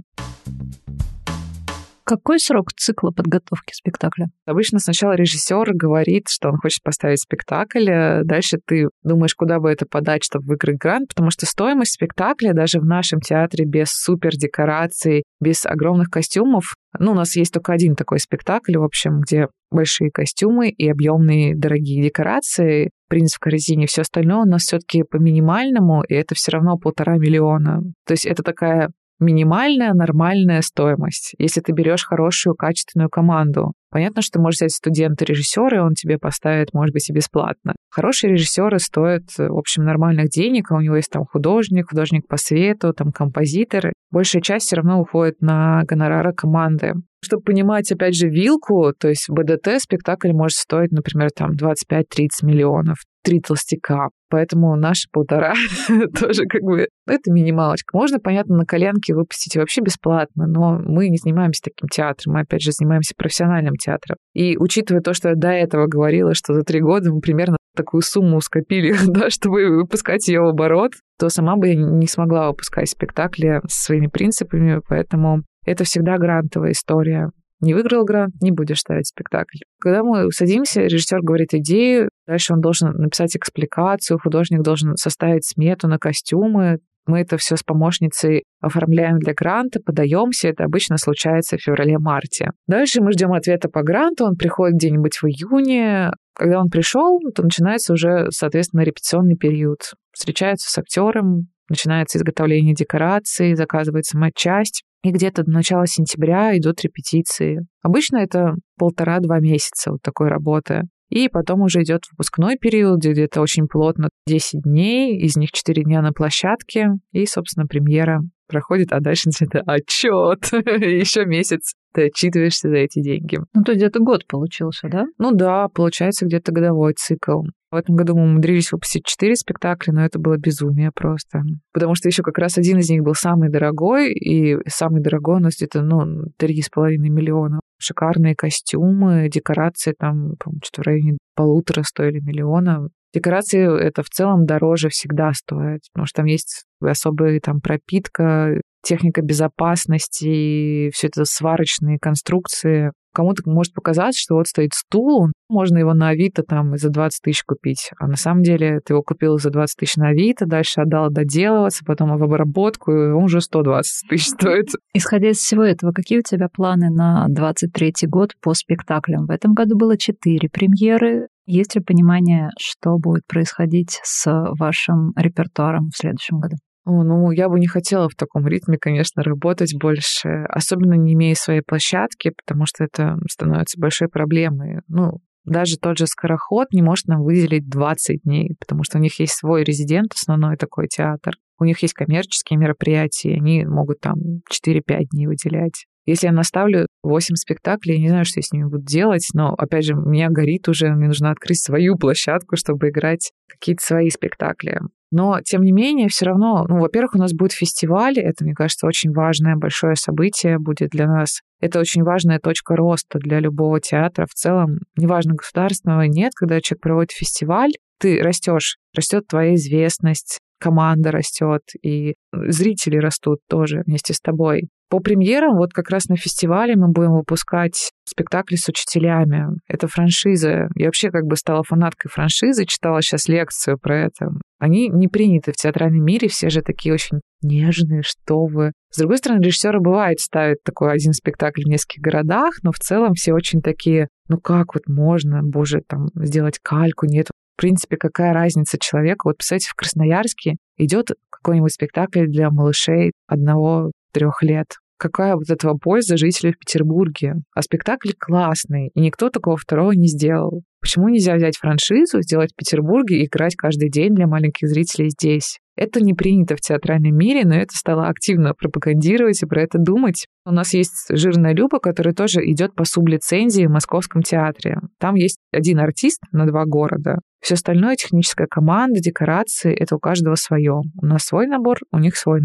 Какой срок цикла подготовки спектакля? Обычно сначала режиссер говорит, что он хочет поставить спектакль, дальше ты думаешь, куда бы это подать, чтобы выиграть грант, потому что стоимость спектакля даже в нашем театре без супер декораций, без огромных костюмов, ну, у нас есть только один такой спектакль, в общем, где большие костюмы и объемные дорогие декорации, «Принц в корзине», все остальное у нас все-таки по минимальному, и это все равно полтора миллиона. То есть это такая минимальная нормальная стоимость, если ты берешь хорошую, качественную команду. Понятно, что можешь взять студента-режиссера, и он тебе поставит, может быть, и бесплатно. Хорошие режиссеры стоят, в общем, нормальных денег, а у него есть там художник, художник по свету, там композитор. Большая часть все равно уходит на гонорары команды. Чтобы понимать, опять же, вилку, то есть в БДТ спектакль может стоить, например, там двадцать пять тридцать миллионов, три толстяка. Поэтому наши полтора тоже как бы это минималочка. Можно, понятно, на коленке выпустить вообще бесплатно, но мы не занимаемся таким театром, мы, опять же, занимаемся профессиональным театром. И учитывая то, что я до этого говорила, что за три года мы примерно такую сумму скопили, да, чтобы выпускать ее в оборот, то сама бы я не смогла выпускать спектакли со своими принципами, поэтому это всегда грантовая история. Не выиграл грант, не будешь ставить спектакль. Когда мы садимся, режиссер говорит идею, дальше он должен написать экспликацию, художник должен составить смету на костюмы. Мы это все с помощницей оформляем для гранта, подаемся. Это обычно случается в феврале-марте. Дальше мы ждем ответа по гранту, он приходит где-нибудь в июне. Когда он пришел, то начинается уже, соответственно, репетиционный период. Встречаются с актером, начинается изготовление декораций, заказывается матчасть. И где-то до начала сентября идут репетиции. Обычно это полтора-два месяца вот такой работы. И потом уже идет выпускной период, где где-то очень плотно десять дней, из них четыре дня на площадке, и, собственно, премьера проходит, а дальше начинается отчет. Еще месяц ты отчитываешься за эти деньги. Ну, то где-то год получился, да? Ну да, получается где-то годовой цикл. В этом году мы умудрились выпустить четыре спектакля, но это было безумие просто. Потому что еще как раз один из них был самый дорогой, и самый дорогой у нас где-то, ну, три с половиной миллиона. Шикарные костюмы, декорации там, по-моему, что в районе полутора стоили миллиона. Декорации это в целом дороже всегда стоят, потому что там есть особая там пропитка, техника безопасности, все это сварочные конструкции. Кому-то может показаться, что вот стоит стул, можно его на Авито там за двадцать тысяч купить. А на самом деле ты его купил за двадцать тысяч на Авито, дальше отдал доделываться, потом в обработку, и он уже сто двадцать тысяч стоит. Исходя из всего этого, какие у тебя планы на двадцать третий год по спектаклям? В этом году было четыре премьеры. Есть ли понимание, что будет происходить с вашим репертуаром в следующем году? О, ну, я бы не хотела в таком ритме, конечно, работать больше, особенно не имея своей площадки, потому что это становится большой проблемой. Ну, даже тот же «Скороход» не может нам выделить двадцать дней, потому что у них есть свой резидент, основной такой театр. У них есть коммерческие мероприятия, они могут там четыре-пять дней выделять. Если я наставлю восемь спектаклей, я не знаю, что я с ними буду делать, но, опять же, меня горит уже, мне нужно открыть свою площадку, чтобы играть какие-то свои спектакли. Но, тем не менее, все равно, ну, во-первых, у нас будет фестиваль, это, мне кажется, очень важное, большое событие будет для нас. Это очень важная точка роста для любого театра в целом. Неважно, государственного нет, когда человек проводит фестиваль, ты растешь, растет твоя известность, команда растет, и зрители растут тоже вместе с тобой. По премьерам, вот как раз на фестивале мы будем выпускать спектакли с учителями. Это франшиза. Я вообще как бы стала фанаткой франшизы, читала сейчас лекцию про это. Они не приняты в театральном мире, все же такие очень нежные, что вы. С другой стороны, режиссеры бывает ставят такой один спектакль в нескольких городах, но в целом все очень такие, ну как вот можно, боже, там сделать кальку, нет. В принципе, какая разница человеку? Вот, представляете, в Красноярске идет какой-нибудь спектакль для малышей одного-трех лет. Какая вот этого польза жителей в Петербурге? А спектакль классный, и никто такого второго не сделал. Почему нельзя взять франшизу, сделать в Петербурге и играть каждый день для маленьких зрителей здесь? Это не принято в театральном мире, но это стало активно пропагандировать и про это думать. У нас есть «Жирная Люба», которая тоже идет по сублицензии в Московском театре. Там есть один артист на два города. Все остальное, техническая команда, декорации, это у каждого свое. У нас свой набор, у них свой набор.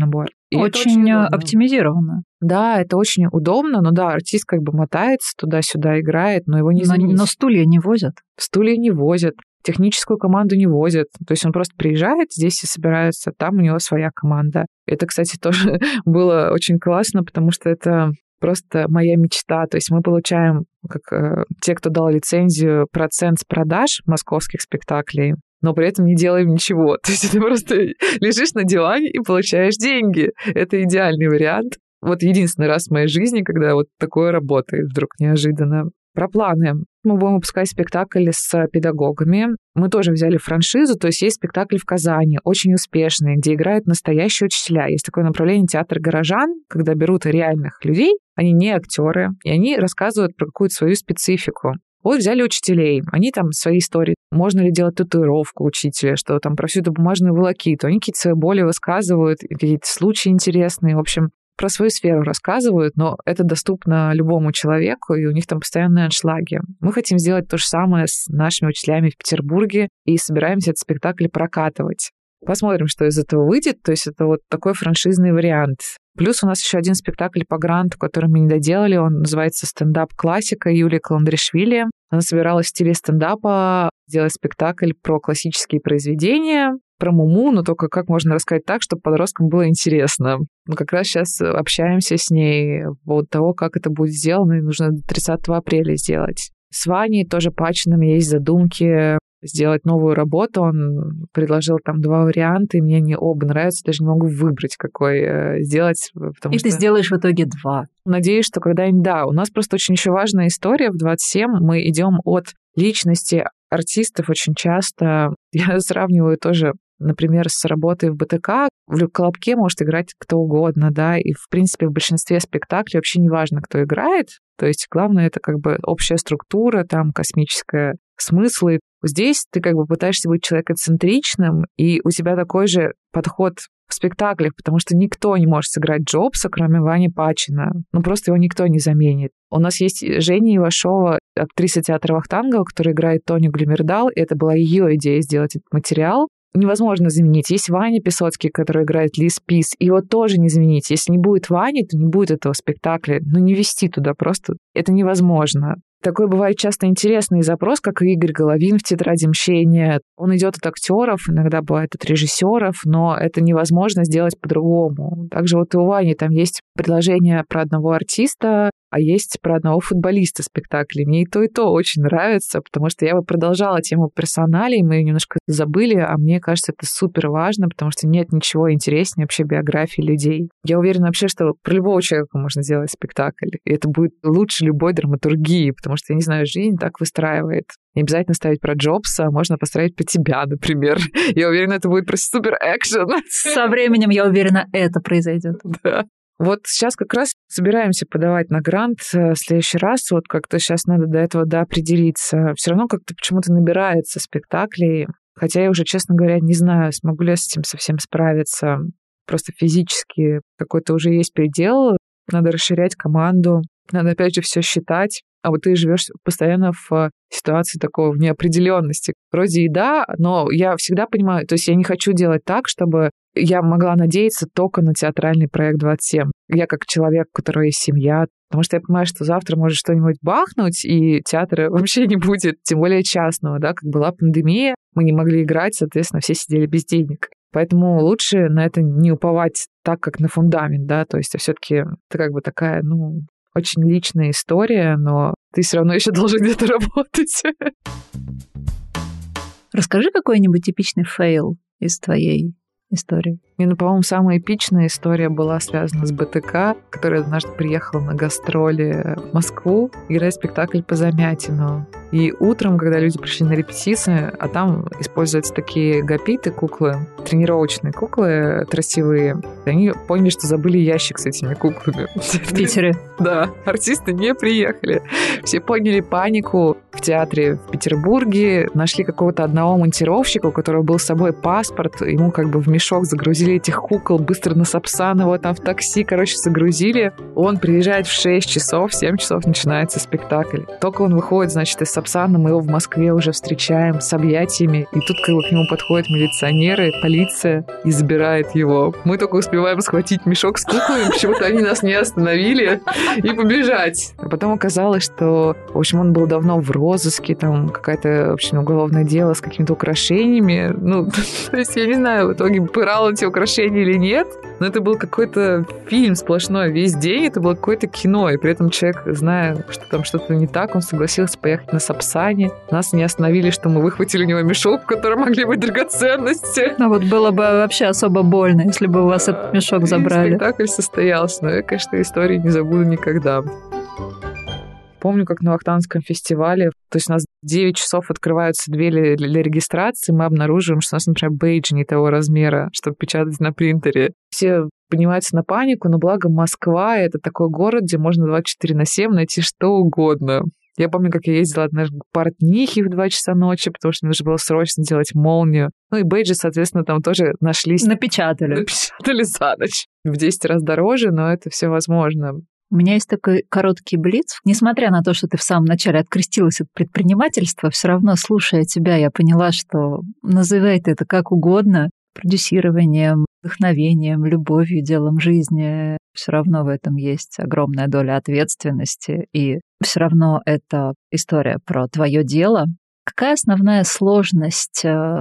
И очень, очень оптимизировано. Да, это очень удобно, но да, артист как бы мотается туда-сюда, играет, но его не заменить. Но, но стулья не возят. Стулья не возят, техническую команду не возят. То есть он просто приезжает, здесь и собирается, там у него своя команда. Это, кстати, тоже было очень классно, потому что это просто моя мечта. То есть мы получаем, как э, те, кто дал лицензию, процент с продаж московских спектаклей, но при этом не делаем ничего. То есть ты просто лежишь на диване и получаешь деньги. Это идеальный вариант. Вот единственный раз в моей жизни, когда вот такое работает вдруг неожиданно. Про планы. Мы будем выпускать спектакль с педагогами. Мы тоже взяли франшизу, то есть есть спектакль в Казани, очень успешный, где играют настоящие учителя. Есть такое направление театр горожан, когда берут реальных людей, они не актеры, и они рассказывают про какую-то свою специфику. Вот взяли учителей, они там свои истории. Можно ли делать татуировку учителя, что там про всю эту бумажную волокиту. Они какие-то свои боли высказывают, какие-то случаи интересные. В общем, про свою сферу рассказывают, но это доступно любому человеку, и у них там постоянные аншлаги. Мы хотим сделать то же самое с нашими учителями в Петербурге и собираемся этот спектакль прокатывать. Посмотрим, что из этого выйдет. То есть это вот такой франшизный вариант. Плюс у нас еще один спектакль по гранту, который мы не доделали. Он называется «Стендап-классика» Юлии Каландришвили. Она собиралась в стиле стендапа делать спектакль про классические произведения, про Муму, но только как можно рассказать так, чтобы подросткам было интересно. Мы как раз сейчас общаемся с ней по поводу того, как это будет сделано, и нужно до тридцатого апреля сделать. С Ваней тоже Пачиным есть задумки сделать новую работу. Он предложил там два варианта, и мне они оба нравятся, даже не могу выбрать, какой сделать. Потому и что... ты сделаешь в итоге два. Надеюсь, что когда-нибудь, да. У нас просто очень еще важная история в двадцать семь. Мы идем от личности артистов очень часто. Я сравниваю тоже, например, с работой в БТК. В колобке может играть кто угодно, да, и, в принципе, в большинстве спектаклей вообще не важно, кто играет. То есть главное — это как бы общая структура, там, космическая смыслы. Здесь ты как бы пытаешься быть человекоцентричным, и у тебя такой же подход в спектаклях, потому что никто не может сыграть Джобса, кроме Вани Пачина. Ну, просто его никто не заменит. У нас есть Женя Ивашова, актриса театра Вахтангова, которая играет Тоню Глимердал, и это была ее идея сделать этот материал. Невозможно заменить. Есть Ваня Песоцкий, который играет Лиз Пис, его тоже не заменить. Если не будет Вани, то не будет этого спектакля. Ну, не вести туда просто. Это невозможно. Такой бывает часто интересный запрос, как и Игорь Головин в «Тетради мщения». Он идет от актеров, иногда бывает от режиссеров, но это невозможно сделать по-другому. Также вот и у Вани там есть предложение про одного артиста, а есть про одного футболиста спектакли. Мне и то, и то очень нравится, потому что я бы продолжала тему персоналей, мы ее немножко забыли, а мне кажется, это супер важно, потому что нет ничего интереснее вообще биографии людей. Я уверена вообще, что про любого человека можно сделать спектакль, и это будет лучше любой драматургии, потому что, я не знаю, жизнь так выстраивает. Не обязательно ставить про Джобса, можно поставить про тебя, например. Я уверена, это будет просто супер экшен. Со временем, я уверена, это произойдет. Да. Вот сейчас как раз собираемся подавать на грант в следующий раз. Вот как-то сейчас надо до этого доопределиться. Все равно как-то почему-то набирается спектаклей. Хотя я уже, честно говоря, не знаю, смогу ли я с этим совсем справиться. Просто физически какой-то уже есть предел. Надо расширять команду. Надо опять же все считать. А вот ты живешь постоянно в ситуации такого в неопределенности. Вроде и да, но я всегда понимаю, то есть я не хочу делать так, чтобы я могла надеяться только на театральный проект двадцать семь. Я как человек, у которого есть семья, потому что я понимаю, что завтра может что-нибудь бахнуть, и театра вообще не будет, тем более частного, да, как была пандемия, мы не могли играть, соответственно, все сидели без денег. Поэтому лучше на это не уповать так, как на фундамент, да, то есть все-таки это как бы такая, ну, очень личная история, но ты все равно еще должен где-то работать. Расскажи какой-нибудь типичный фейл из твоей истории. Мне, ну, по-моему, самая эпичная история была связана с БТК, которая однажды приехала на гастроли в Москву играть спектакль по Замятину. И утром, когда люди пришли на репетиции, а там используются такие гапиты, куклы, тренировочные куклы красивые, они поняли, что забыли ящик с этими куклами. В Питере? Да, артисты не приехали. Все поняли панику в театре в Петербурге, нашли какого-то одного монтировщика, у которого был с собой паспорт, ему как бы в мешок загрузили загрузили этих кукол быстро на Сапсан, его там в такси, короче, загрузили. Он приезжает в шесть часов, в семь часов начинается спектакль. Только он выходит, значит, из Сапсана, мы его в Москве уже встречаем с объятиями, и тут как бы к нему подходят милиционеры, полиция и забирает его. Мы только успеваем схватить мешок с куклами, почему-то они нас не остановили, и побежать. А потом оказалось, что, в общем, он был давно в розыске, там какое-то, в общем, уголовное дело с какими-то украшениями. Ну, то есть, я не знаю, в итоге пырал эти украшения или нет, но это был какой-то фильм сплошной. Весь день это было какое-то кино, и при этом человек, зная, что там что-то не так, он согласился поехать на Сапсане. Нас не остановили, что мы выхватили у него мешок, в котором могли быть драгоценности. Ну вот было бы вообще особо больно, если бы у вас этот мешок забрали. И спектакль состоялся, но я, конечно, истории не забуду никогда. Помню, как на Вахтангском фестивале, то есть у нас в девять часов открываются двери для регистрации, мы обнаруживаем, что у нас, например, бейджи не того размера, чтобы печатать на принтере. Все поднимаются на панику, но благо Москва — это такой город, где можно двадцать четыре на семь найти что угодно. Я помню, как я ездила однажды к портнихе в два часа ночи, потому что мне нужно было срочно делать молнию. Ну и бейджи, соответственно, там тоже нашлись. Напечатали. Напечатали за ночь. В десять раз дороже, но это все возможно. У меня есть такой короткий блиц. Несмотря на то, что ты в самом начале открестилась от предпринимательства, все равно, слушая тебя, я поняла, что называй ты это как угодно, продюсированием, вдохновением, любовью, делом жизни. Все равно в этом есть огромная доля ответственности, и все равно это история про твое дело. Какая основная сложность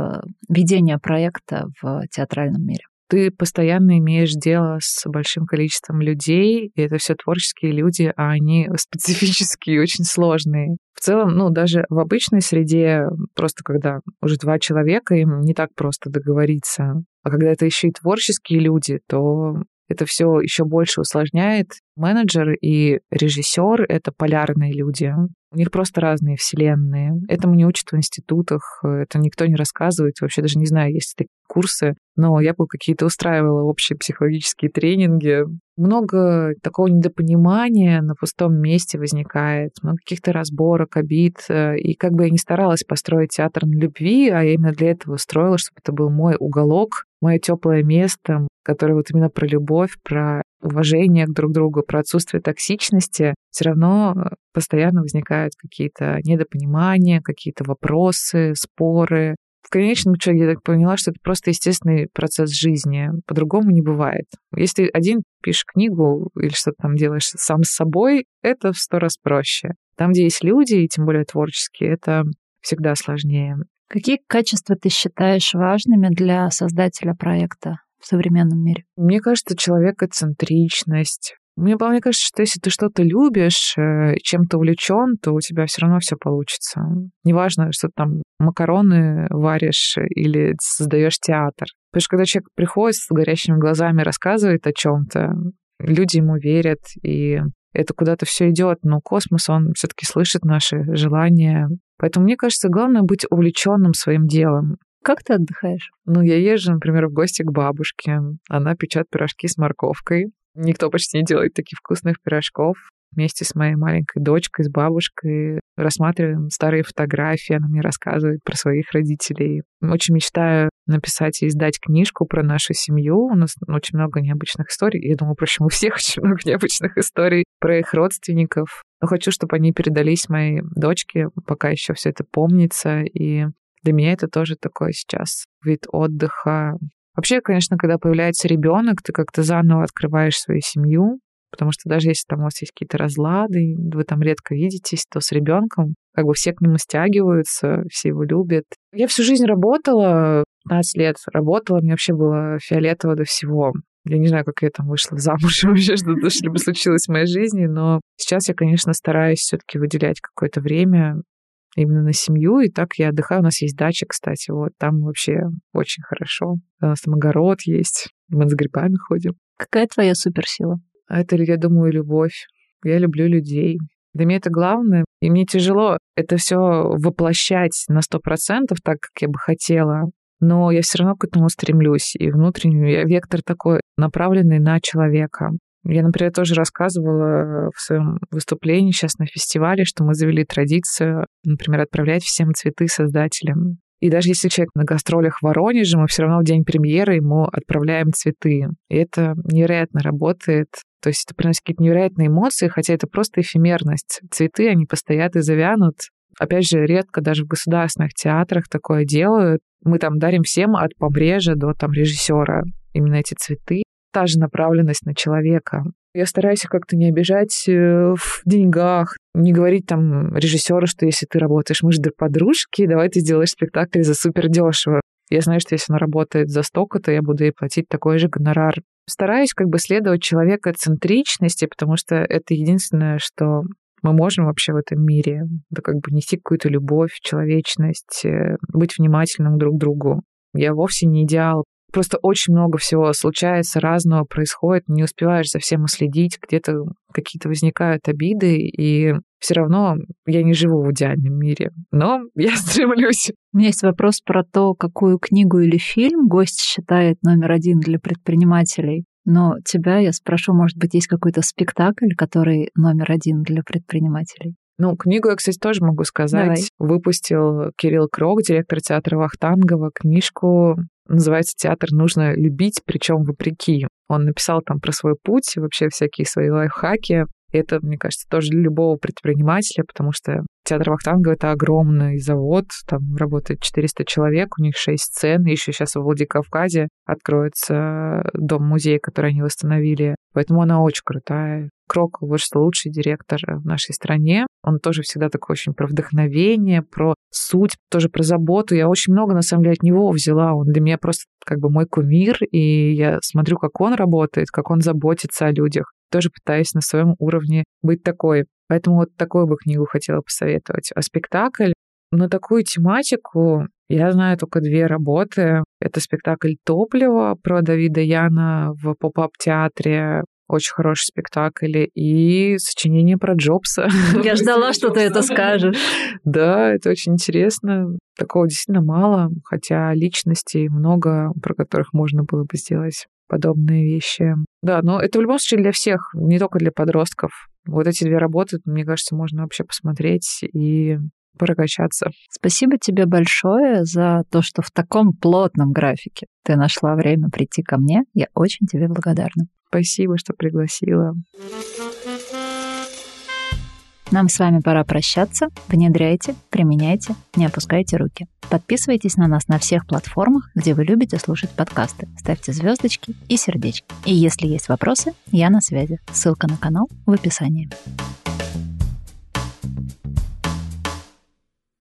ведения проекта в театральном мире? Ты постоянно имеешь дело с большим количеством людей, и это все творческие люди, а они специфические, очень сложные. В целом, ну, даже в обычной среде, просто когда уже два человека, им не так просто договориться. А когда это еще и творческие люди, то это все еще больше усложняет. Менеджер и режиссер — это полярные люди. У них просто разные вселенные. Этому не учат в институтах, это никто не рассказывает. Вообще даже не знаю, есть такие курсы, но я бы какие-то устраивала общие психологические тренинги. Много такого недопонимания на пустом месте возникает, много каких-то разборок, обид. И как бы я ни старалась построить театр на любви, а я именно для этого строила, чтобы это был мой уголок, мое теплое место, которое вот именно про любовь, про уважение к друг другу, про отсутствие токсичности, все равно постоянно возникают какие-то недопонимания, какие-то вопросы, споры. В конечном итоге я так поняла, что это просто естественный процесс жизни. По-другому не бывает. Если один пишешь книгу или что-то там делаешь сам с собой, это в сто раз проще. Там, где есть люди, и тем более творческие, это всегда сложнее. Какие качества ты считаешь важными для создателя проекта в современном мире? Мне кажется, человекоцентричность. Мне, мне кажется, что если ты что-то любишь, чем-то увлечен, то у тебя все равно все получится. Неважно, что ты там макароны варишь или создаешь театр. Потому что когда человек приходит с горящими глазами, рассказывает о чем-то, люди ему верят, и это куда-то все идет. Но космос, он все-таки слышит наши желания. Поэтому мне кажется, главное быть увлеченным своим делом. Как ты отдыхаешь? Ну, я езжу, например, в гости к бабушке. Она печет пирожки с морковкой. Никто почти не делает таких вкусных пирожков. Вместе с моей маленькой дочкой, с бабушкой рассматриваем старые фотографии. Она мне рассказывает про своих родителей. Очень мечтаю написать и издать книжку про нашу семью. У нас очень много необычных историй. Я думаю, впрочем, у всех очень много необычных историй про их родственников. Но хочу, чтобы они передались моей дочке, пока еще все это помнится. И для меня это тоже такой сейчас вид отдыха. Вообще, конечно, когда появляется ребенок, ты как-то заново открываешь свою семью, потому что даже если там у вас есть какие-то разлады, вы там редко видитесь, то с ребенком как бы все к нему стягиваются, все его любят. Я всю жизнь работала, пятнадцать лет работала, мне вообще было фиолетово до всего. Я не знаю, как я там вышла замуж, вообще что-то что-либо случилось в моей жизни, но сейчас я, конечно, стараюсь все-таки выделять какое-то время именно на семью, и так я отдыхаю. У нас есть дача, кстати, вот там вообще очень хорошо. У нас там огород есть, мы с грибами ходим. Какая твоя суперсила? А это, я думаю, любовь. Я люблю людей. Для меня это главное, и мне тяжело это все воплощать на сто процентов так, как я бы хотела, но я все равно к этому стремлюсь, и внутренний вектор такой, направленный на человека. Я, например, тоже рассказывала в своем выступлении сейчас на фестивале, что мы завели традицию, например, отправлять всем цветы создателям. И даже если человек на гастролях в Воронеже, мы все равно в день премьеры ему отправляем цветы. И это невероятно работает. То есть это приносит какие-то невероятные эмоции, хотя это просто эфемерность. Цветы, они постоят и завянут. Опять же, редко даже в государственных театрах такое делают. Мы там дарим всем от помрежа до там режиссера именно эти цветы. Та же направленность на человека. Я стараюсь их как-то не обижать в деньгах, не говорить там режиссеру, что если ты работаешь, мы же подружки, давай ты сделаешь спектакль за супер дешево. Я знаю, что если она работает за столько, то я буду ей платить такой же гонорар. Стараюсь как бы следовать человекоцентричности, потому что это единственное, что мы можем вообще в этом мире. Это как бы нести какую-то любовь, человечность, быть внимательным друг к другу. Я вовсе не идеал. Просто очень много всего случается, разного происходит, не успеваешь за всем уследить, где-то какие-то возникают обиды, и все равно я не живу в идеальном мире, но я стремлюсь. У меня есть вопрос про то, какую книгу или фильм гость считает номер один для предпринимателей. Но тебя я спрошу, может быть, есть какой-то спектакль, который номер один для предпринимателей? Ну, книгу я, кстати, тоже могу сказать. Давай. Выпустил Кирилл Крок, директор театра Вахтангова, книжку. Называется «Театр нужно любить, причем вопреки». Он написал там про свой путь, вообще всякие свои лайфхаки. И это, мне кажется, тоже для любого предпринимателя, потому что театр Вахтангова — это огромный завод, там работает четыреста человек, у них шесть сцен, и еще сейчас во Владикавказе откроется дом-музей, который они восстановили. Поэтому она очень крутая. Крок, вот что лучший директор в нашей стране. Он тоже всегда такой очень про вдохновение, про суть, тоже про заботу. Я очень много, на самом деле, от него взяла. Он для меня просто как бы мой кумир, и я смотрю, как он работает, как он заботится о людях. Тоже пытаюсь на своем уровне быть такой. Поэтому вот такую бы книгу хотела посоветовать. А спектакль на такую тематику я знаю только две работы. Это спектакль «Топливо» про Давида Яна в поп-ап-театре. Очень хороший спектакль. И сочинение про Джобса. Я ждала, что ты это скажешь. Да, это очень интересно. Такого действительно мало, хотя личностей много, про которых можно было бы сделать подобные вещи. Да, но это в любом случае для всех, не только для подростков. Вот эти две работы, мне кажется, можно вообще посмотреть и прокачаться. Спасибо тебе большое за то, что в таком плотном графике ты нашла время прийти ко мне. Я очень тебе благодарна. Спасибо, что пригласила. Нам с вами пора прощаться. Внедряйте, применяйте, не опускайте руки. Подписывайтесь на нас на всех платформах, где вы любите слушать подкасты. Ставьте звездочки и сердечки. И если есть вопросы, я на связи. Ссылка на канал в описании.